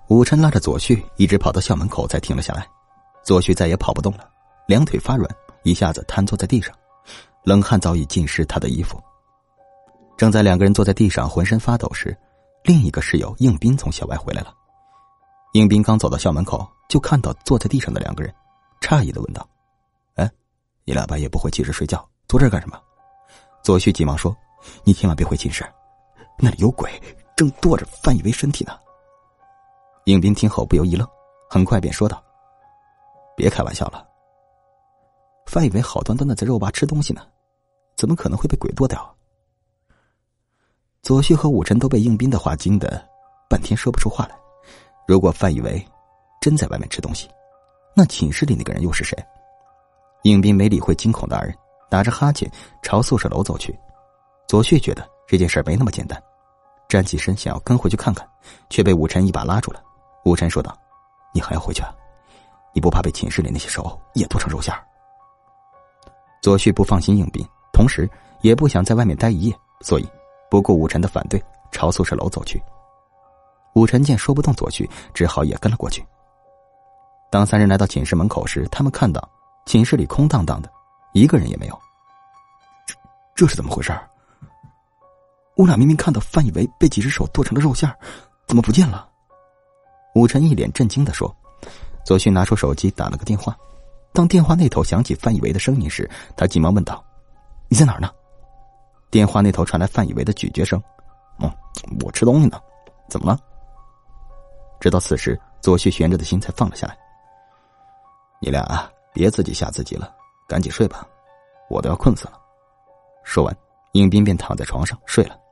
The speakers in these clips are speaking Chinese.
武晨拉着左旭一直跑到校门口才停了下来。左旭再也跑不动了，两腿发软，一下子瘫坐在地上，冷汗早已浸湿他的衣服。正在两个人坐在地上浑身发抖时，另一个室友应斌从校外回来了。应斌刚走到校门口，就看到坐在地上的两个人，诧异地问道：哎，你俩半夜不回寝室睡觉，坐这儿干什么？左旭急忙说：你千万别回寝室，那里有鬼，正剁着范以为身体呢。应斌听后不由一愣，很快便说道：别开玩笑了，范以为好端端的在肉吧吃东西呢，怎么可能会被鬼剁掉？左旭和武晨都被应斌的话惊得半天说不出话来。如果范以为真在外面吃东西，那寝室里那个人又是谁？应斌没理会惊恐的二人，打着哈欠朝宿舍楼走去。左旭觉得这件事没那么简单，站起身想要跟回去看看，却被武晨一把拉住了。武晨说道：你还要回去啊？你不怕被寝室里那些手也剁成肉馅儿？左旭不放心应斌，同时也不想在外面待一夜，所以不顾武晨的反对，朝宿舍楼走去。武晨见说不动左旭，只好也跟了过去。当三人来到寝室门口时，他们看到寝室里空荡荡的，一个人也没有。这是怎么回事？我俩明明看到范以为被几只手剁成了肉馅儿，怎么不见了？武晨一脸震惊地说。左旭拿出手机打了个电话，当电话那头响起范以为的声音时，他急忙问道：你在哪儿呢？电话那头传来范以为的咀嚼声：我吃东西呢，怎么了？直到此时，左旭悬着的心才放了下来。你俩别自己吓自己了，赶紧睡吧，我都要困死了。说完，应斌便躺在床上睡了。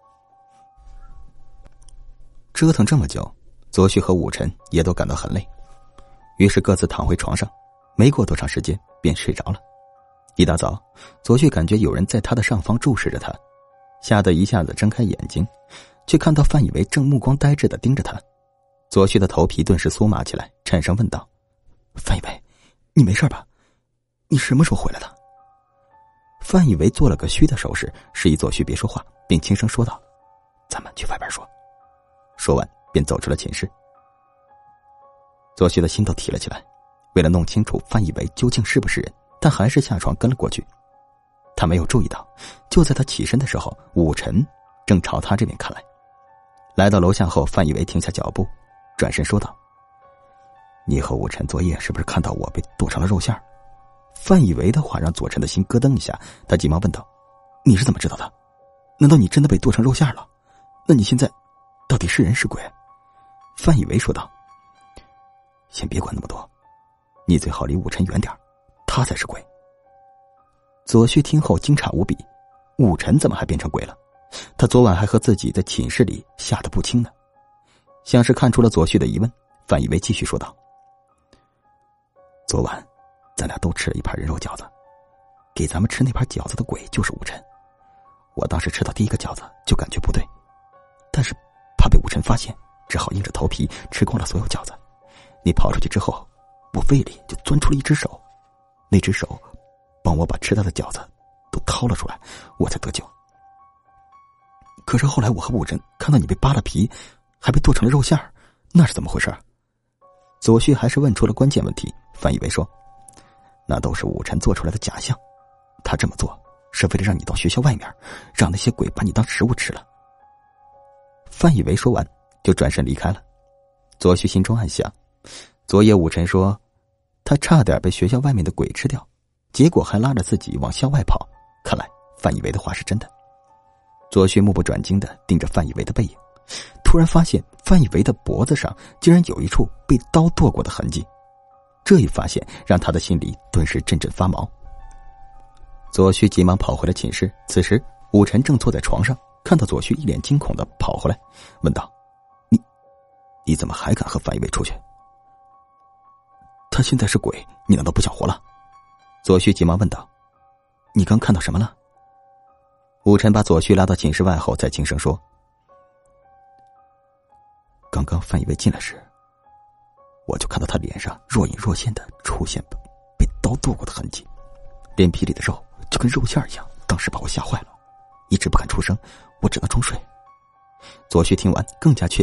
折腾这么久，左旭和武晨也都感到很累，于是各自躺回床上，没过多长时间便睡着了。一大早，左旭感觉有人在他的上方注视着他，吓得一下子睁开眼睛，却看到范以为正目光呆滞地盯着他。左旭的头皮顿时酥麻起来，颤声问道：范以为，你没事吧？你什么时候回来的？范以为做了个虚的手势，示意左旭别说话，并轻声说道：咱们去外边说。说完便走出了寝室。左旭的心都提了起来，为了弄清楚范以为究竟是不是人，他还是下床跟了过去。他没有注意到，就在他起身的时候，武晨正朝他这边看来。来到楼下后，范以为停下脚步，转身说道：你和武晨昨夜是不是看到我被剁成了肉馅儿？范以为的话让左晨的心咯噔一下，他急忙问道：你是怎么知道的？难道你真的被剁成肉馅儿了？那你现在到底是人是鬼？范以为说道：先别管那么多，你最好离武晨远点，他才是鬼。左旭听后惊诧无比，武晨怎么还变成鬼了？他昨晚还和自己在寝室里吓得不轻呢。像是看出了左旭的疑问，范以为继续说道：昨晚咱俩都吃了一盘人肉饺子，给咱们吃那盘饺子的鬼就是武晨。我当时吃到第一个饺子就感觉不对，但是怕被武晨发现，只好硬着头皮吃光了所有饺子。你跑出去之后，我胃里就钻出了一只手，那只手帮我把吃到的饺子都掏了出来，我才得救。可是后来我和武晨看到你被扒了皮，还被剁成了肉馅儿，那是怎么回事？左旭还是问出了关键问题。范以为说：那都是武晨做出来的假象，他这么做是为了让你到学校外面，让那些鬼把你当食物吃了。范以为说完就转身离开了。左旭心中暗想，昨夜武晨说他差点被学校外面的鬼吃掉，结果还拉着自己往校外跑，看来范以为的话是真的。左旭目不转睛地盯着范以为的背影，突然发现范以为的脖子上竟然有一处被刀剁过的痕迹，这一发现让他的心里顿时阵阵发毛。左旭急忙跑回了寝室，此时武晨正坐在床上，看到左旭一脸惊恐地跑回来，问道：你怎么还敢和范以为出去？他现在是鬼，你难道不想活了？左旭急忙问道：你刚看到什么了？武晨把左旭拉到寝室外后再轻声说：刚刚范以为进来时，我就看到他脸上若隐若现的出现被刀剁过的痕迹，脸皮里的肉就跟肉馅一样，当时把我吓坏了，一直不敢出声，我只能装睡。左旭听完更加确信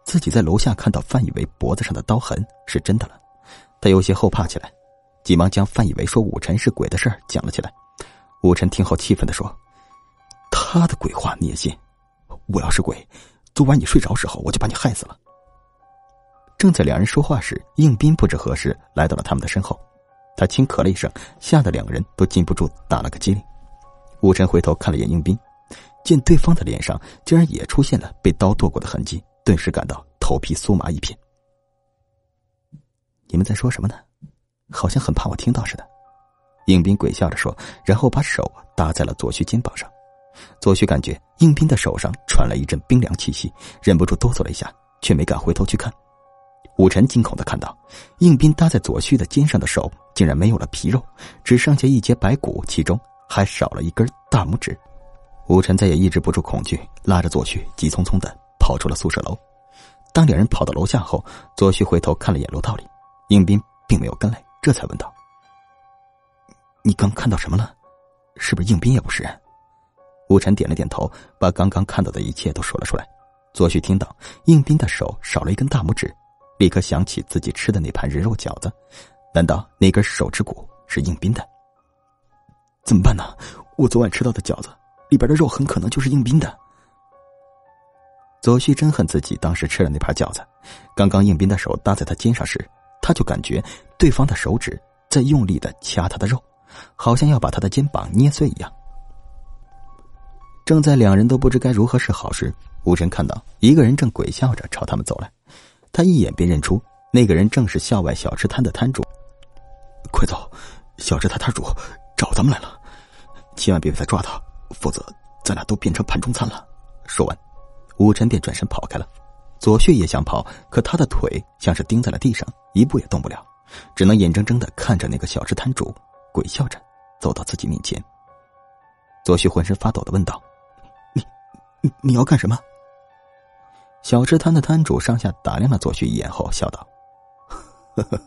自己在楼下看到范以为脖子上的刀痕是真的了，他有些后怕起来，急忙将范以为说武晨是鬼的事儿讲了起来。武晨听后气愤地说：“他的鬼话你也信？我要是鬼，昨晚你睡着时候我就把你害死了。”正在两人说话时，应斌不知何时来到了他们的身后，他轻咳了一声，吓得两个人都禁不住打了个激灵。武晨回头看了眼应斌，见对方的脸上竟然也出现了被刀剁过的痕迹，顿时感到头皮酥麻一片。“你们在说什么呢？好像很怕我听到似的。”应斌鬼笑着说，然后把手搭在了左旭肩膀上。左旭感觉应斌的手上传来一阵冰凉气息，忍不住哆嗦了一下，却没敢回头去看。武晨惊恐地看到应斌搭在左旭的肩上的手竟然没有了皮肉，只剩下一截白骨，其中还少了一根大拇指。武晨再也抑制不住恐惧，拉着左旭急匆匆地跑出了宿舍楼。当两人跑到楼下后，左旭回头看了眼楼道里，应斌并没有跟来，这才问道：“你刚看到什么了？是不是应斌也不是人？”武晨点了点头，把刚刚看到的一切都说了出来。左旭听到应斌的手少了一根大拇指，立刻想起自己吃的那盘人肉饺子，难道那根手指骨是应斌的？怎么办呢？我昨晚吃到的饺子里边的肉很可能就是应斌的。左旭真恨自己当时吃了那盘饺子，刚刚应斌的手搭在他肩上时，他就感觉对方的手指在用力地掐他的肉，好像要把他的肩膀捏碎一样。正在两人都不知该如何是好时，武晨看到一个人正鬼笑着朝他们走来，他一眼便认出那个人正是校外小吃摊的摊主。“快走，小吃摊摊主找咱们来了，千万别被他抓到，否则咱俩都变成盘中餐了。”说完，武晨便转身跑开了。左旭也想跑，可他的腿像是钉在了地上，一步也动不了，只能眼睁睁地看着那个小吃摊主鬼笑着走到自己面前。左旭浑身发抖地问道：“你要干什么？”小吃摊的摊主上下打量了左旭一眼后笑道：“呵呵，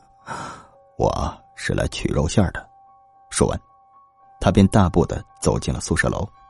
我是来取肉馅的。”说完，他便大步地走进了宿舍楼。